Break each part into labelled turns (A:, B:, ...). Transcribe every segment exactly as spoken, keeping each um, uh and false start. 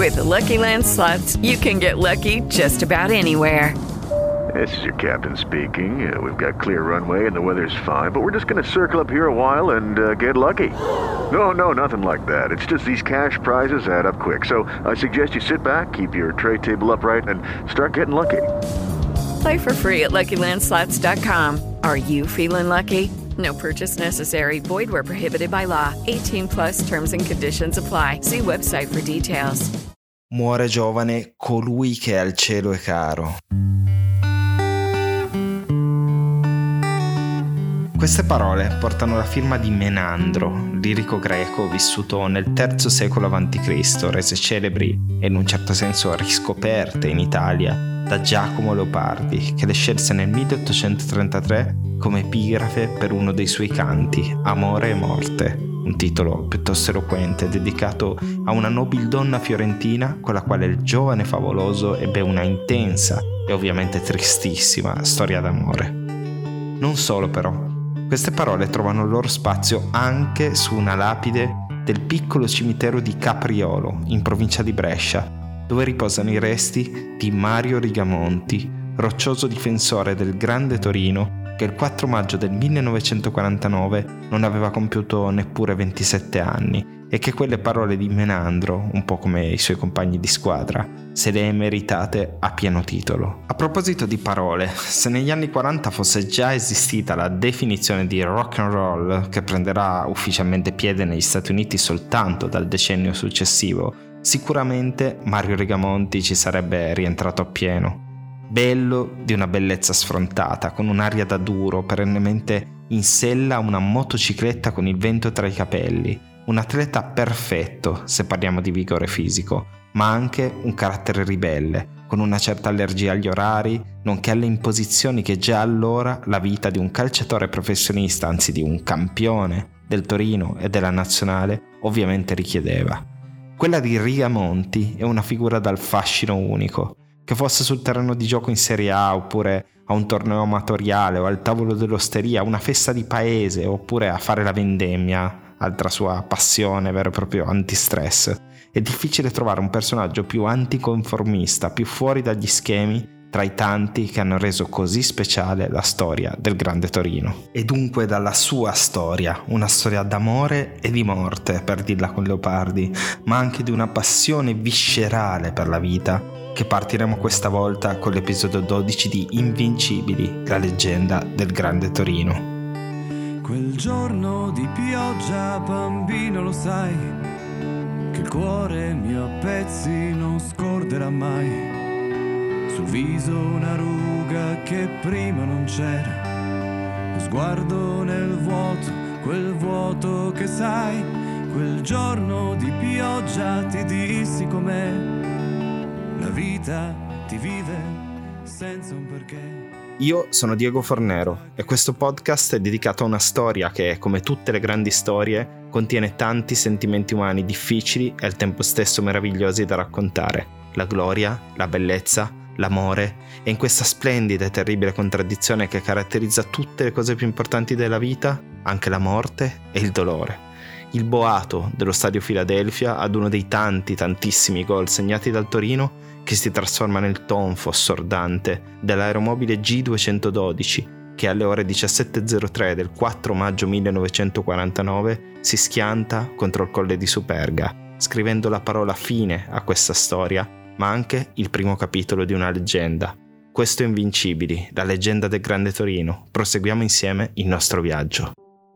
A: With the Lucky Land Slots, you can get lucky just about anywhere.
B: This is your captain speaking. Uh, we've got clear runway and the weather's fine, but we're just going to circle up here a while and uh, get lucky. No, no, nothing like that. It's just these cash prizes add up quick. So I suggest you sit back, keep your tray table upright, and start getting lucky.
A: Play for free at Lucky Land Slots dot com. Are you feeling lucky? No purchase necessary. Void where prohibited by law. eighteen plus terms and conditions apply. See website for details.
C: Muore giovane colui che al cielo è caro. Queste parole portano la firma di Menandro, lirico greco vissuto nel terzo secolo avanti Cristo, rese celebri e in un certo senso riscoperte in Italia da Giacomo Leopardi, che le scelse nel milleottocentotrentatré come epigrafe per uno dei suoi canti, Amore e Morte, un titolo piuttosto eloquente dedicato a una nobildonna fiorentina con la quale il giovane favoloso ebbe una intensa e ovviamente tristissima storia d'amore. Non solo però. Queste parole trovano il loro spazio anche su una lapide del piccolo cimitero di Capriolo, in provincia di Brescia, dove riposano i resti di Mario Rigamonti, roccioso difensore del Grande Torino, che il quattro maggio del millenovecentoquarantanove non aveva compiuto neppure ventisette anni e che quelle parole di Menandro, un po' come i suoi compagni di squadra, se le è meritate a pieno titolo. A proposito di parole, se negli anni quaranta fosse già esistita la definizione di rock and roll, che prenderà ufficialmente piede negli Stati Uniti soltanto dal decennio successivo, sicuramente Mario Rigamonti ci sarebbe rientrato appieno. Bello di una bellezza sfrontata, con un'aria da duro, perennemente in sella a una motocicletta con il vento tra i capelli, un atleta perfetto se parliamo di vigore fisico, ma anche un carattere ribelle, con una certa allergia agli orari, nonché alle imposizioni che già allora la vita di un calciatore professionista, anzi di un campione del Torino e della nazionale, ovviamente richiedeva. Quella di Rigamonti è una figura dal fascino unico, che fosse sul terreno di gioco in Serie A oppure a un torneo amatoriale o al tavolo dell'osteria, a una festa di paese oppure a fare la vendemmia, altra sua passione, vero e proprio antistress. È difficile trovare un personaggio più anticonformista, più fuori dagli schemi, tra i tanti che hanno reso così speciale la storia del Grande Torino. E dunque dalla sua storia, una storia d'amore e di morte, per dirla con Leopardi, ma anche di una passione viscerale per la vita, che partiremo questa volta con l'episodio dodici di Invincibili, la leggenda del Grande Torino.
D: Quel giorno di pioggia, bambino, lo sai, che il cuore mio a pezzi non scorderà mai. Sul viso una ruga che prima non c'era, lo sguardo nel vuoto, quel vuoto che sai. Quel giorno di pioggia ti dissi com'è, la vita ti vive senza un perché.
C: Io sono Diego Fornero e questo podcast è dedicato a una storia che, come tutte le grandi storie, contiene tanti sentimenti umani difficili e al tempo stesso meravigliosi da raccontare. La gloria, la bellezza, l'amore e in questa splendida e terribile contraddizione che caratterizza tutte le cose più importanti della vita, anche la morte e il dolore. Il boato dello stadio Philadelphia ad uno dei tanti tantissimi gol segnati dal Torino che si trasforma nel tonfo assordante dell'aeromobile G duecentododici che alle ore diciassette e zero tre del quattro maggio millenovecentoquarantanove si schianta contro il Colle di Superga, scrivendo la parola fine a questa storia, ma anche il primo capitolo di una leggenda. Questo è Invincibili, la leggenda del Grande Torino. Proseguiamo insieme il nostro viaggio.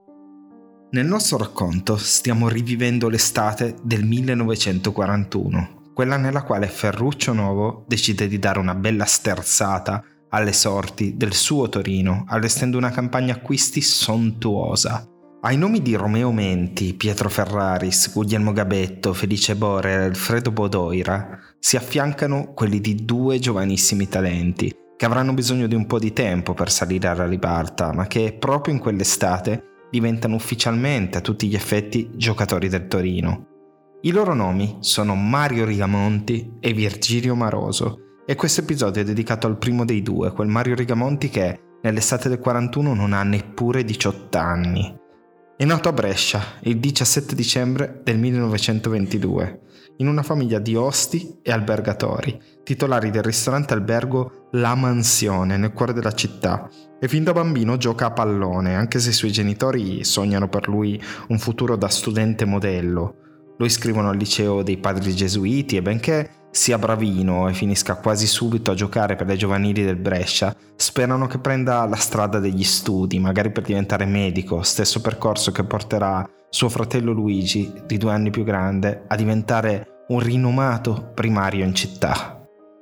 C: Nel nostro racconto stiamo rivivendo l'estate del millenovecentoquarantuno, quella nella quale Ferruccio Novo decide di dare una bella sterzata alle sorti del suo Torino, allestendo una campagna acquisti sontuosa. Ai nomi di Romeo Menti, Pietro Ferraris, Guglielmo Gabetto, Felice Bore e Alfredo Bodoira si affiancano quelli di due giovanissimi talenti che avranno bisogno di un po' di tempo per salire alla ribalta, ma che proprio in quell'estate diventano ufficialmente a tutti gli effetti giocatori del Torino. I loro nomi sono Mario Rigamonti e Virgilio Maroso, e questo episodio è dedicato al primo dei due, quel Mario Rigamonti che nell'estate del quarantuno non ha neppure diciotto anni. È nato a Brescia il diciassette dicembre del millenovecentoventidue. in una famiglia di osti e albergatori, titolari del ristorante albergo La Mansione nel cuore della città, e fin da bambino gioca a pallone, anche se i suoi genitori sognano per lui un futuro da studente modello. Lo iscrivono al liceo dei padri gesuiti e benché sia bravino e finisca quasi subito a giocare per le giovanili del Brescia, sperano che prenda la strada degli studi, magari per diventare medico, stesso percorso che porterà suo fratello Luigi, di due anni più grande, a diventare un rinomato primario in città.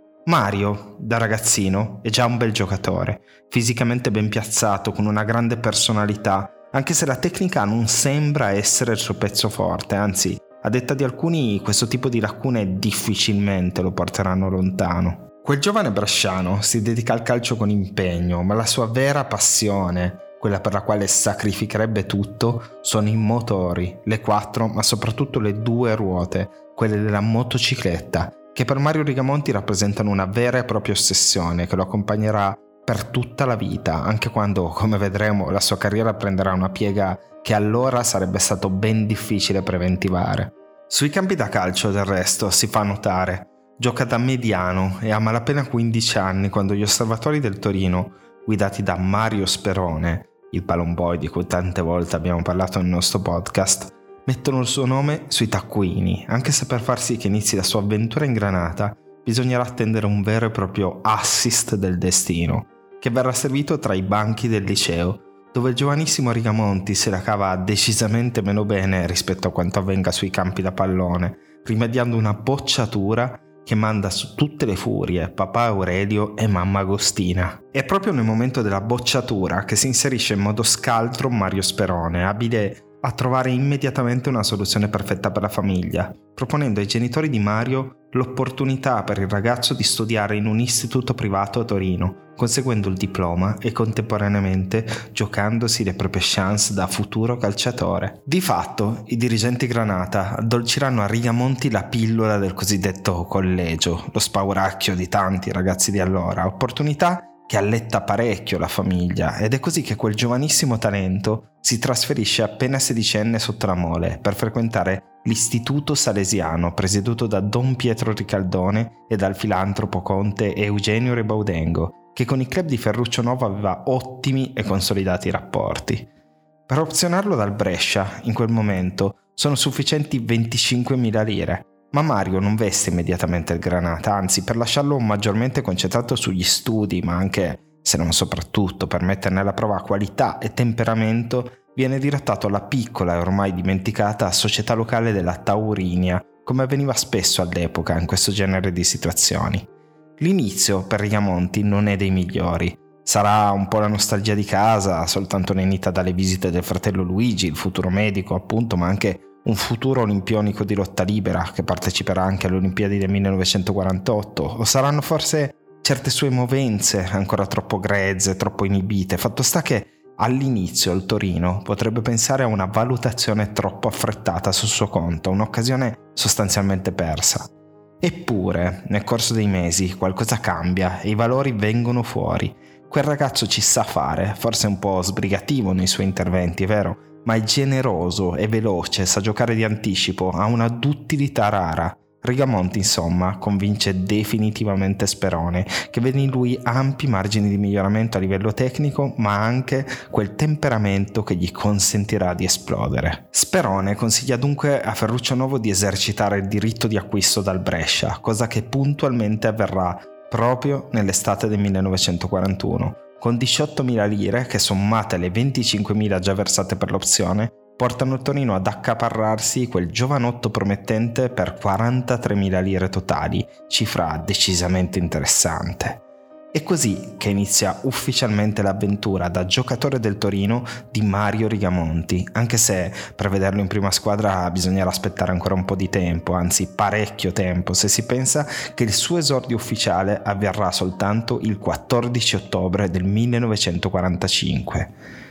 C: Mario, da ragazzino, è già un bel giocatore, fisicamente ben piazzato, con una grande personalità, anche se la tecnica non sembra essere il suo pezzo forte, anzi, a detta di alcuni, questo tipo di lacune difficilmente lo porteranno lontano. Quel giovane bresciano si dedica al calcio con impegno, ma la sua vera passione, quella per la quale sacrificherebbe tutto, sono i motori, le quattro, ma soprattutto le due ruote, quelle della motocicletta, che per Mario Rigamonti rappresentano una vera e propria ossessione che lo accompagnerà per tutta la vita, anche quando, come vedremo, la sua carriera prenderà una piega che allora sarebbe stato ben difficile preventivare. Sui campi da calcio, del resto, si fa notare. Gioca da mediano e ha malapena quindici anni quando gli osservatori del Torino, guidati da Mario Sperone, il pallon boy di cui tante volte abbiamo parlato nel nostro podcast, mettono il suo nome sui taccuini, anche se per far sì che inizi la sua avventura in Granata bisognerà attendere un vero e proprio assist del destino, che verrà servito tra i banchi del liceo, dove il giovanissimo Rigamonti se la cava decisamente meno bene rispetto a quanto avvenga sui campi da pallone, rimediando una bocciatura che manda su tutte le furie papà Aurelio e mamma Agostina. È proprio nel momento della bocciatura che si inserisce in modo scaltro Mario Sperone, abile a trovare immediatamente una soluzione perfetta per la famiglia, proponendo ai genitori di Mario l'opportunità per il ragazzo di studiare in un istituto privato a Torino, conseguendo il diploma e contemporaneamente giocandosi le proprie chance da futuro calciatore. Di fatto, i dirigenti Granata addolciranno a Rigamonti la pillola del cosiddetto collegio, lo spauracchio di tanti ragazzi di allora, opportunità che alletta parecchio la famiglia, ed è così che quel giovanissimo talento si trasferisce appena sedicenne sotto la Mole per frequentare l'Istituto Salesiano presieduto da Don Pietro Ricaldone e dal filantropo conte Eugenio Rebaudengo, che con il club di Ferruccio Novo aveva ottimi e consolidati rapporti. Per opzionarlo dal Brescia, in quel momento, sono sufficienti venticinquemila lire, ma Mario non veste immediatamente il Granata, anzi per lasciarlo maggiormente concentrato sugli studi, ma anche, se non soprattutto, per metterne alla prova qualità e temperamento, viene dirottato alla piccola e ormai dimenticata società locale della Taurinia, come avveniva spesso all'epoca in questo genere di situazioni. L'inizio per Rigamonti non è dei migliori. Sarà un po' la nostalgia di casa, soltanto lenita dalle visite del fratello Luigi, il futuro medico appunto, ma anche un futuro olimpionico di lotta libera che parteciperà anche alle Olimpiadi del millenovecentoquarantotto, o saranno forse certe sue movenze ancora troppo grezze, troppo inibite. Fatto sta che all'inizio il Torino potrebbe pensare a una valutazione troppo affrettata sul suo conto, un'occasione sostanzialmente persa. Eppure, nel corso dei mesi qualcosa cambia e i valori vengono fuori. Quel ragazzo ci sa fare, forse un po' sbrigativo nei suoi interventi, è vero, ma è generoso e veloce, sa giocare di anticipo, ha una duttilità rara. Rigamonti, insomma, convince definitivamente Sperone, che vede in lui ampi margini di miglioramento a livello tecnico, ma anche quel temperamento che gli consentirà di esplodere. Sperone consiglia dunque a Ferruccio Novo di esercitare il diritto di acquisto dal Brescia, cosa che puntualmente avverrà proprio nell'estate del millenovecentoquarantuno, con diciottomila lire che, sommate alle venticinquemila già versate per l'opzione, portano il Torino ad accaparrarsi quel giovanotto promettente per quarantatremila lire totali, cifra decisamente interessante. È così che inizia ufficialmente l'avventura da giocatore del Torino di Mario Rigamonti, anche se per vederlo in prima squadra bisognerà aspettare ancora un po' di tempo, anzi parecchio tempo, se si pensa che il suo esordio ufficiale avverrà soltanto il quattordici ottobre del millenovecentoquarantacinque.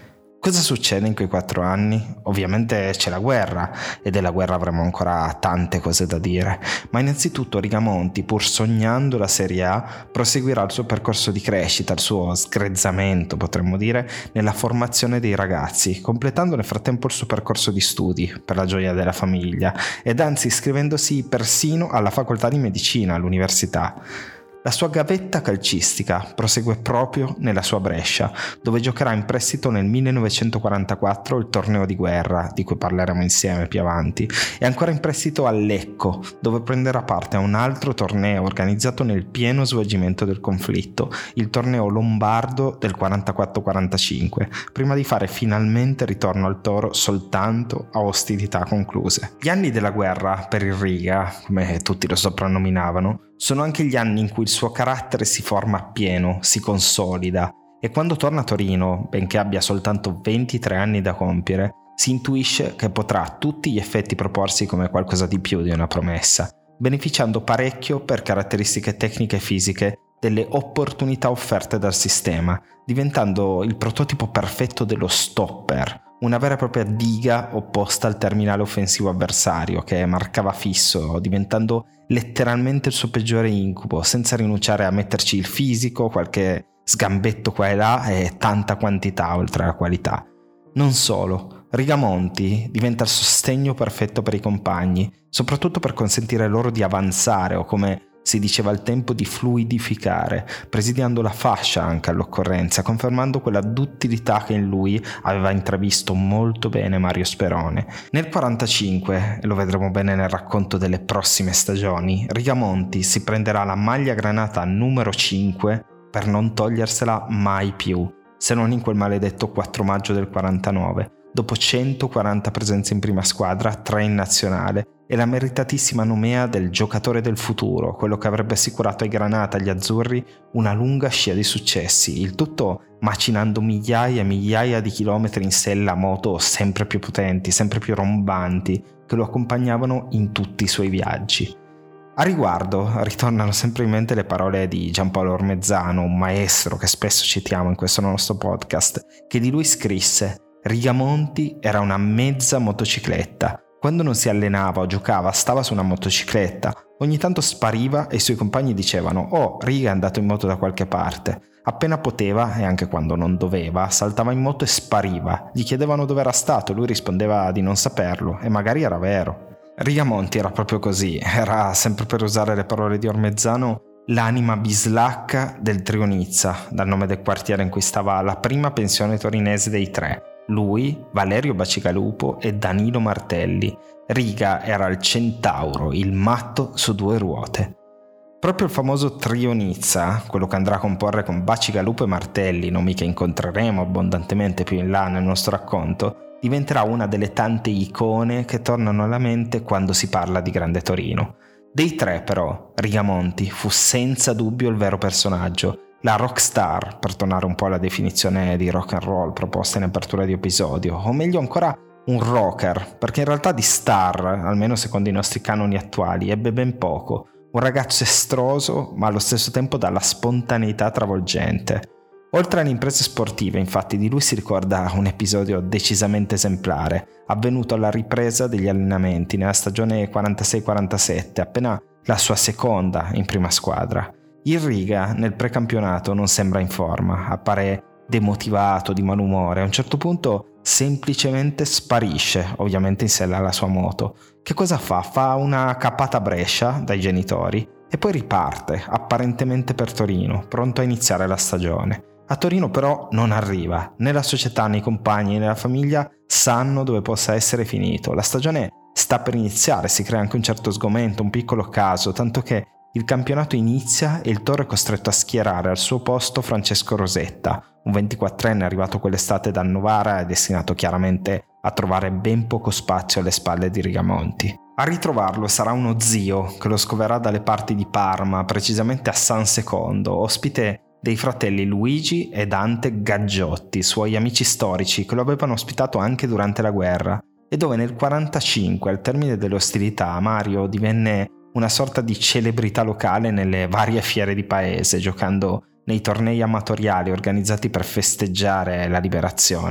C: Cosa succede in quei quattro anni? Ovviamente c'è la guerra, e della guerra avremo ancora tante cose da dire, ma innanzitutto Rigamonti, pur sognando la Serie A, proseguirà il suo percorso di crescita, il suo sgrezzamento, potremmo dire, nella formazione dei ragazzi, completando nel frattempo il suo percorso di studi, per la gioia della famiglia, ed anzi iscrivendosi persino alla facoltà di medicina all'università. La sua gavetta calcistica prosegue proprio nella sua Brescia, dove giocherà in prestito nel millenovecentoquarantaquattro il torneo di guerra, di cui parleremo insieme più avanti, e ancora in prestito a Lecco, dove prenderà parte a un altro torneo organizzato nel pieno svolgimento del conflitto, il torneo lombardo del quarantaquattro quarantacinque, prima di fare finalmente ritorno al Toro soltanto a ostilità concluse. Gli anni della guerra per il Riga, come tutti lo soprannominavano, sono anche gli anni in cui il suo carattere si forma appieno, si consolida, e quando torna a Torino, benché abbia soltanto ventitré anni da compiere, si intuisce che potrà a tutti gli effetti proporsi come qualcosa di più di una promessa, beneficiando parecchio per caratteristiche tecniche e fisiche delle opportunità offerte dal sistema, diventando il prototipo perfetto dello stopper, una vera e propria diga opposta al terminale offensivo avversario che marcava fisso, diventando letteralmente il suo peggiore incubo, senza rinunciare a metterci il fisico, qualche sgambetto qua e là e tanta quantità oltre alla qualità. Non solo, Rigamonti diventa il sostegno perfetto per i compagni, soprattutto per consentire loro di avanzare o, come si diceva al tempo, di fluidificare, presidiando la fascia anche all'occorrenza, confermando quella duttilità che in lui aveva intravisto molto bene Mario Sperone. Nel quarantacinque, e lo vedremo bene nel racconto delle prossime stagioni, Rigamonti si prenderà la maglia granata numero cinque per non togliersela mai più, se non in quel maledetto quattro maggio del quarantanove, dopo centoquaranta presenze in prima squadra, tre in nazionale, e la meritatissima nomea del giocatore del futuro, quello che avrebbe assicurato ai Granata, agli azzurri, una lunga scia di successi, il tutto macinando migliaia e migliaia di chilometri in sella a moto sempre più potenti, sempre più rombanti, che lo accompagnavano in tutti i suoi viaggi. A riguardo ritornano sempre in mente le parole di Giampaolo Ormezzano, un maestro che spesso citiamo in questo nostro podcast, che di lui scrisse: Rigamonti era una mezza motocicletta. Quando non si allenava o giocava stava su una motocicletta, ogni tanto spariva e i suoi compagni dicevano «Oh, Riga è andato in moto da qualche parte». Appena poteva, e anche quando non doveva, saltava in moto e spariva. Gli chiedevano dove era stato, lui rispondeva di non saperlo, e magari era vero. Rigamonti era proprio così, era, sempre per usare le parole di Ormezzano, l'anima bislacca del Trio Nizza, dal nome del quartiere in cui stava la prima pensione torinese dei tre. Lui, Valerio Bacigalupo e Danilo Martelli. Riga era il centauro, il matto su due ruote. Proprio il famoso Trio Nizza, quello che andrà a comporre con Bacigalupo e Martelli, nomi che incontreremo abbondantemente più in là nel nostro racconto, diventerà una delle tante icone che tornano alla mente quando si parla di Grande Torino. Dei tre, però, Rigamonti fu senza dubbio il vero personaggio, la rockstar, per tornare un po' alla definizione di rock and roll proposta in apertura di episodio, o meglio ancora un rocker, perché in realtà di star, almeno secondo i nostri canoni attuali, ebbe ben poco. Un ragazzo estroso, ma allo stesso tempo dalla spontaneità travolgente. Oltre alle imprese sportive, infatti, di lui si ricorda un episodio decisamente esemplare, avvenuto alla ripresa degli allenamenti nella stagione quarantasei quarantasette, appena la sua seconda in prima squadra. Il Riga nel precampionato non sembra in forma, appare demotivato, di malumore, a un certo punto semplicemente sparisce, ovviamente in sella alla sua moto. Che cosa fa? Fa una cappata a Brescia dai genitori e poi riparte, apparentemente per Torino, pronto a iniziare la stagione. A Torino però non arriva, né la società, né i compagni, né la famiglia sanno dove possa essere finito. La stagione sta per iniziare, si crea anche un certo sgomento, un piccolo caso, tanto che il campionato inizia e il Toro è costretto a schierare al suo posto Francesco Rosetta, un ventiquattrenne arrivato quell'estate da Novara e destinato chiaramente a trovare ben poco spazio alle spalle di Rigamonti. A ritrovarlo sarà uno zio che lo scoverà dalle parti di Parma, precisamente a San Secondo, ospite dei fratelli Luigi e Dante Gaggiotti, suoi amici storici che lo avevano ospitato anche durante la guerra, e dove nel quarantacinque, al termine delle ostilità, Mario divenne una sorta di celebrità locale nelle varie fiere di paese, giocando nei tornei amatoriali organizzati per festeggiare la liberazione.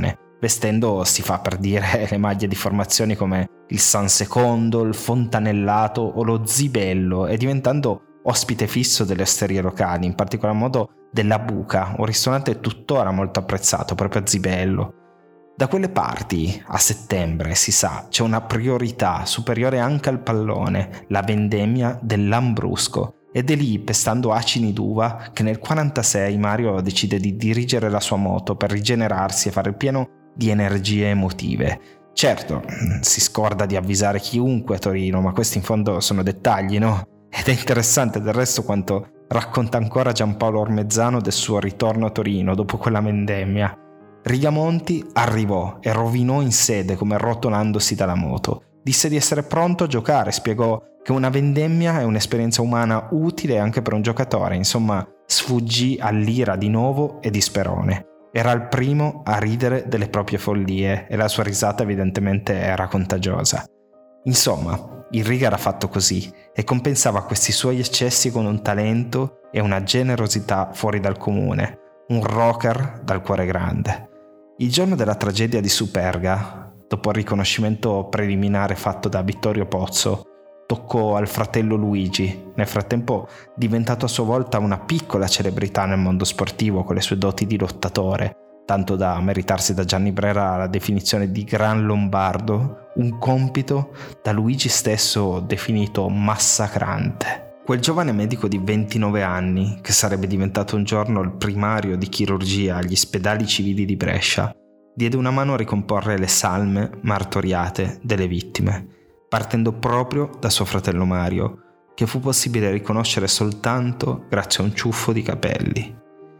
C: vestendo, si fa per dire, le maglie di formazioni come il San Secondo, il Fontanellato o lo Zibello e diventando ospite fisso delle osterie locali, in particolar modo della Buca, un ristorante tuttora molto apprezzato proprio a Zibello. Da quelle parti, a settembre, si sa, c'è una priorità superiore anche al pallone, la vendemmia del Lambrusco. Ed è lì, pestando acini d'uva, che nel quarantasei Mario decide di dirigere la sua moto per rigenerarsi e fare il pieno di energie emotive. Certo, si scorda di avvisare chiunque a Torino, ma questi in fondo sono dettagli, no? Ed è interessante del resto quanto racconta ancora Giampaolo Ormezzano del suo ritorno a Torino dopo quella vendemmia. Rigamonti arrivò e rovinò in sede come rotolandosi dalla moto. Disse di essere pronto a giocare, spiegò che una vendemmia è un'esperienza umana utile anche per un giocatore, insomma sfuggì all'ira di Novo e di Sperone. Era il primo a ridere delle proprie follie e la sua risata evidentemente era contagiosa. Insomma, il Riga era fatto così e compensava questi suoi eccessi con un talento e una generosità fuori dal comune, un rocker dal cuore grande. Il giorno della tragedia di Superga, dopo il riconoscimento preliminare fatto da Vittorio Pozzo, toccò al fratello Luigi, nel frattempo diventato a sua volta una piccola celebrità nel mondo sportivo con le sue doti di lottatore, tanto da meritarsi da Gianni Brera la definizione di Gran Lombardo, un compito da Luigi stesso definito massacrante. Quel giovane medico di ventinove anni, che sarebbe diventato un giorno il primario di chirurgia agli Spedali Civili di Brescia, diede una mano a ricomporre le salme martoriate delle vittime, partendo proprio da suo fratello Mario, che fu possibile riconoscere soltanto grazie a un ciuffo di capelli.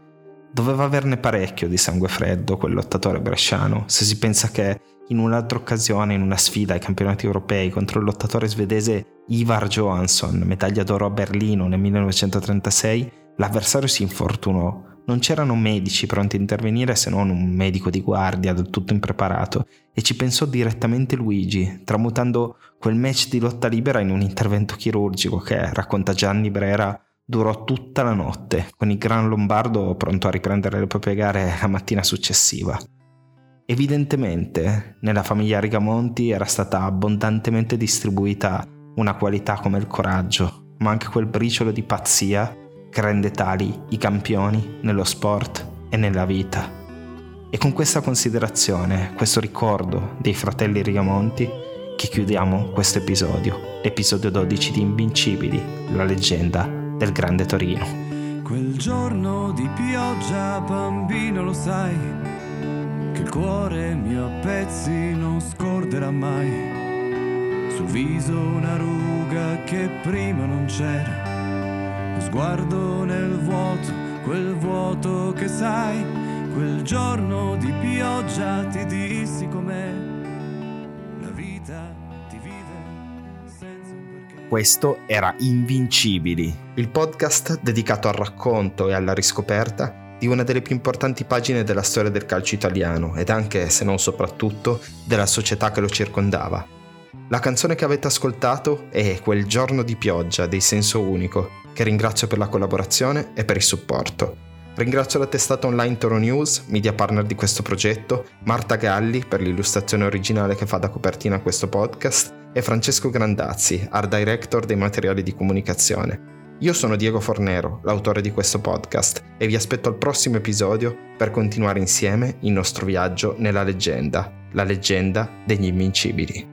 C: Doveva averne parecchio di sangue freddo quel lottatore bresciano, se si pensa che in un'altra occasione, in una sfida ai campionati europei contro il lottatore svedese Ivar Johansson, medaglia d'oro a Berlino nel millenovecentotrentasei, l'avversario si infortunò. Non c'erano medici pronti a intervenire se non un medico di guardia del tutto impreparato e ci pensò direttamente Luigi, tramutando quel match di lotta libera in un intervento chirurgico che, racconta Gianni Brera, durò tutta la notte, con il Gran Lombardo pronto a riprendere le proprie gare la mattina successiva. Evidentemente, nella famiglia Rigamonti era stata abbondantemente distribuita una qualità come il coraggio, ma anche quel briciolo di pazzia che rende tali i campioni nello sport e nella vita. E con questa considerazione, questo ricordo dei fratelli Rigamonti, che chiudiamo questo episodio, l'episodio dodici di Invincibili, la leggenda del Grande Torino.
D: Quel giorno di pioggia, bambino, lo sai, che il cuore mio a pezzi non scorderà mai. Sul viso una ruga che prima non c'era, lo sguardo nel vuoto, quel vuoto che sai, quel giorno di pioggia ti dissi com'è, la vita ti vive senza un perché.
C: Questo era Invincibili, il podcast dedicato al racconto e alla riscoperta di una delle più importanti pagine della storia del calcio italiano ed anche, se non soprattutto, della società che lo circondava. La canzone che avete ascoltato è Quel giorno di pioggia dei Senso Unico, che ringrazio per la collaborazione e per il supporto. Ringrazio la testata online Toro News, media partner di questo progetto, Marta Galli per l'illustrazione originale che fa da copertina a questo podcast e Francesco Grandazzi, art director dei materiali di comunicazione. Io sono Diego Fornero, l'autore di questo podcast, e vi aspetto al prossimo episodio per continuare insieme il nostro viaggio nella leggenda, la leggenda degli Invincibili.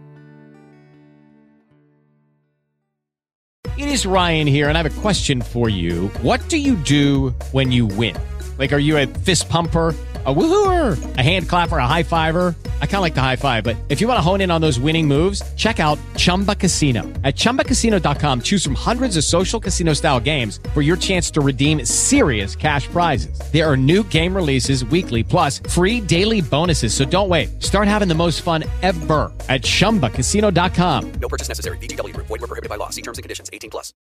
E: It is Ryan here, and I have a question for you. What do you do when you win? Like, are you a fist pumper, a woohooer, a hand clapper, a high fiver? I kind of like the high five, but if you want to hone in on those winning moves, check out Chumba Casino. At chumba casino dot com, choose from hundreds of social casino style games for your chance to redeem serious cash prizes. There are new game releases weekly, plus free daily bonuses. So don't wait. Start having the most fun ever at chumba casino dot com.
F: No purchase necessary. V G W Group. Void where prohibited by law. See terms and conditions. eighteen plus.